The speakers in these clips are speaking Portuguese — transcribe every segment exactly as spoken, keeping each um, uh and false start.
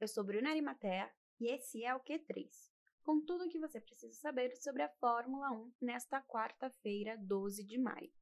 eu sou Bruna Arimatea e esse é o Q três, com tudo o que você precisa saber sobre a Fórmula um nesta quarta-feira, doze de maio.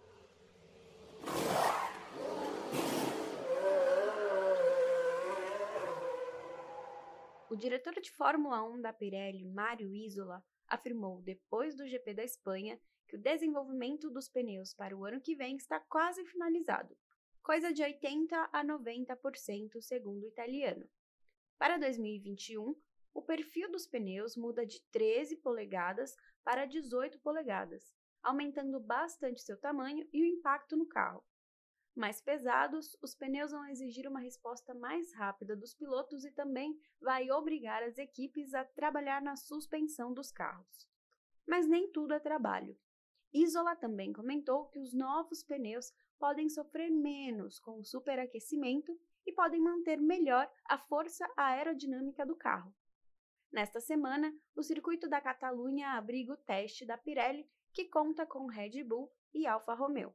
O diretor de Fórmula um da Pirelli, Mário Isola, afirmou depois do G P da Espanha que o desenvolvimento dos pneus para o ano que vem está quase finalizado, coisa de oitenta a noventa por cento segundo o italiano. Para dois mil e vinte e um, o perfil dos pneus muda de treze polegadas para dezoito polegadas, aumentando bastante seu tamanho e o impacto no carro. Mais pesados, os pneus vão exigir uma resposta mais rápida dos pilotos e também vai obrigar as equipes a trabalhar na suspensão dos carros. Mas nem tudo é trabalho. Isola também comentou que os novos pneus podem sofrer menos com o superaquecimento e podem manter melhor a força aerodinâmica do carro. Nesta semana, o circuito da Catalunha abriga o teste da Pirelli, que conta com Red Bull e Alfa Romeo.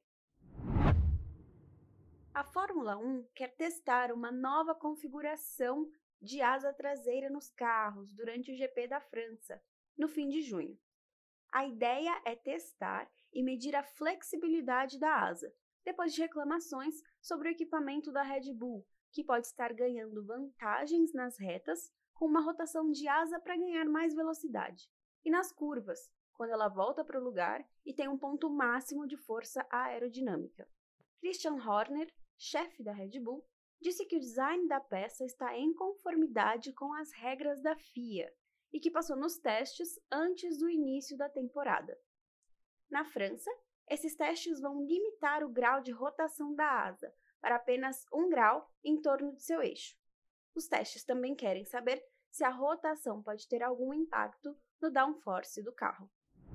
A Fórmula um quer testar uma nova configuração de asa traseira nos carros durante o G P da França, no fim de junho. A ideia é testar e medir a flexibilidade da asa, depois de reclamações sobre o equipamento da Red Bull, que pode estar ganhando vantagens nas retas com uma rotação de asa para ganhar mais velocidade, e nas curvas, quando ela volta para o lugar e tem um ponto máximo de força aerodinâmica. Christian Horner, chefe da Red Bull, disse que o design da peça está em conformidade com as regras da F I A e que passou nos testes antes do início da temporada. Na França, esses testes vão limitar o grau de rotação da asa para apenas um grau em torno de seu eixo. Os testes também querem saber se a rotação pode ter algum impacto no downforce do carro.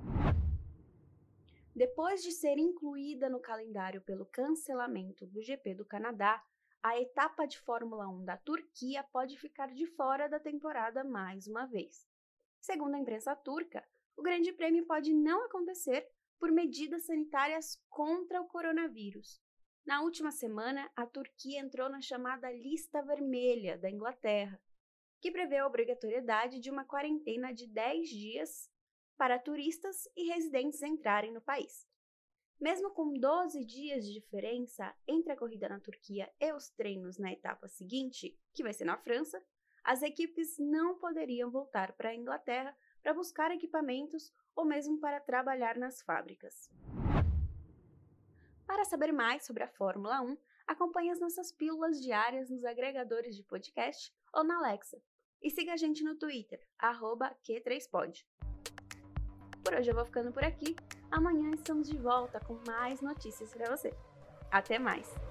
Depois de ser incluída no calendário pelo cancelamento do G P do Canadá, a etapa de Fórmula um da Turquia pode ficar de fora da temporada mais uma vez. Segundo a imprensa turca, o Grande Prêmio pode não acontecer por medidas sanitárias contra o coronavírus. Na última semana, a Turquia entrou na chamada Lista Vermelha da Inglaterra, que prevê a obrigatoriedade de uma quarentena de dez dias para turistas e residentes entrarem no país. Mesmo com doze dias de diferença entre a corrida na Turquia e os treinos na etapa seguinte, que vai ser na França, as equipes não poderiam voltar para a Inglaterra para buscar equipamentos ou mesmo para trabalhar nas fábricas. Para saber mais sobre a Fórmula um, acompanhe as nossas pílulas diárias nos agregadores de podcast ou na Alexa. E siga a gente no Twitter, arroba Q três pod. Por hoje eu vou ficando por aqui. Amanhã estamos de volta com mais notícias para você. Até mais!